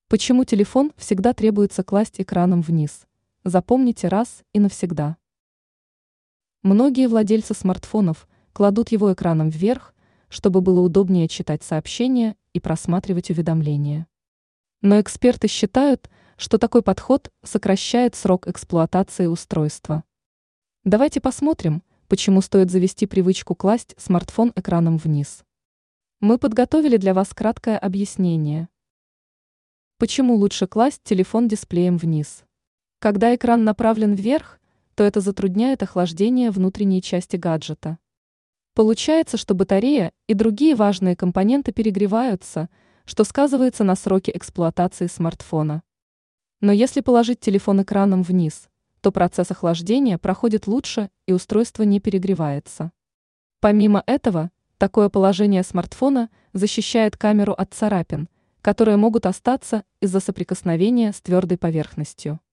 Почему телефон всегда требуется класть экраном вниз? Запомните раз и навсегда. Многие владельцы смартфонов кладут его экраном вверх, чтобы было удобнее читать сообщения и просматривать уведомления. Но эксперты считают, что такой подход сокращает срок эксплуатации устройства. Давайте посмотрим, почему стоит завести привычку класть смартфон экраном вниз. Мы подготовили для вас краткое объяснение. Почему лучше класть телефон дисплеем вниз? Когда экран направлен вверх, то это затрудняет охлаждение внутренней части гаджета. Получается, что батарея и другие важные компоненты перегреваются, что сказывается на сроке эксплуатации смартфона. Но если положить телефон экраном вниз, то процесс охлаждения проходит лучше и устройство не перегревается. Помимо этого, такое положение смартфона защищает камеру от царапин, которые могут остаться из-за соприкосновения с твердой поверхностью.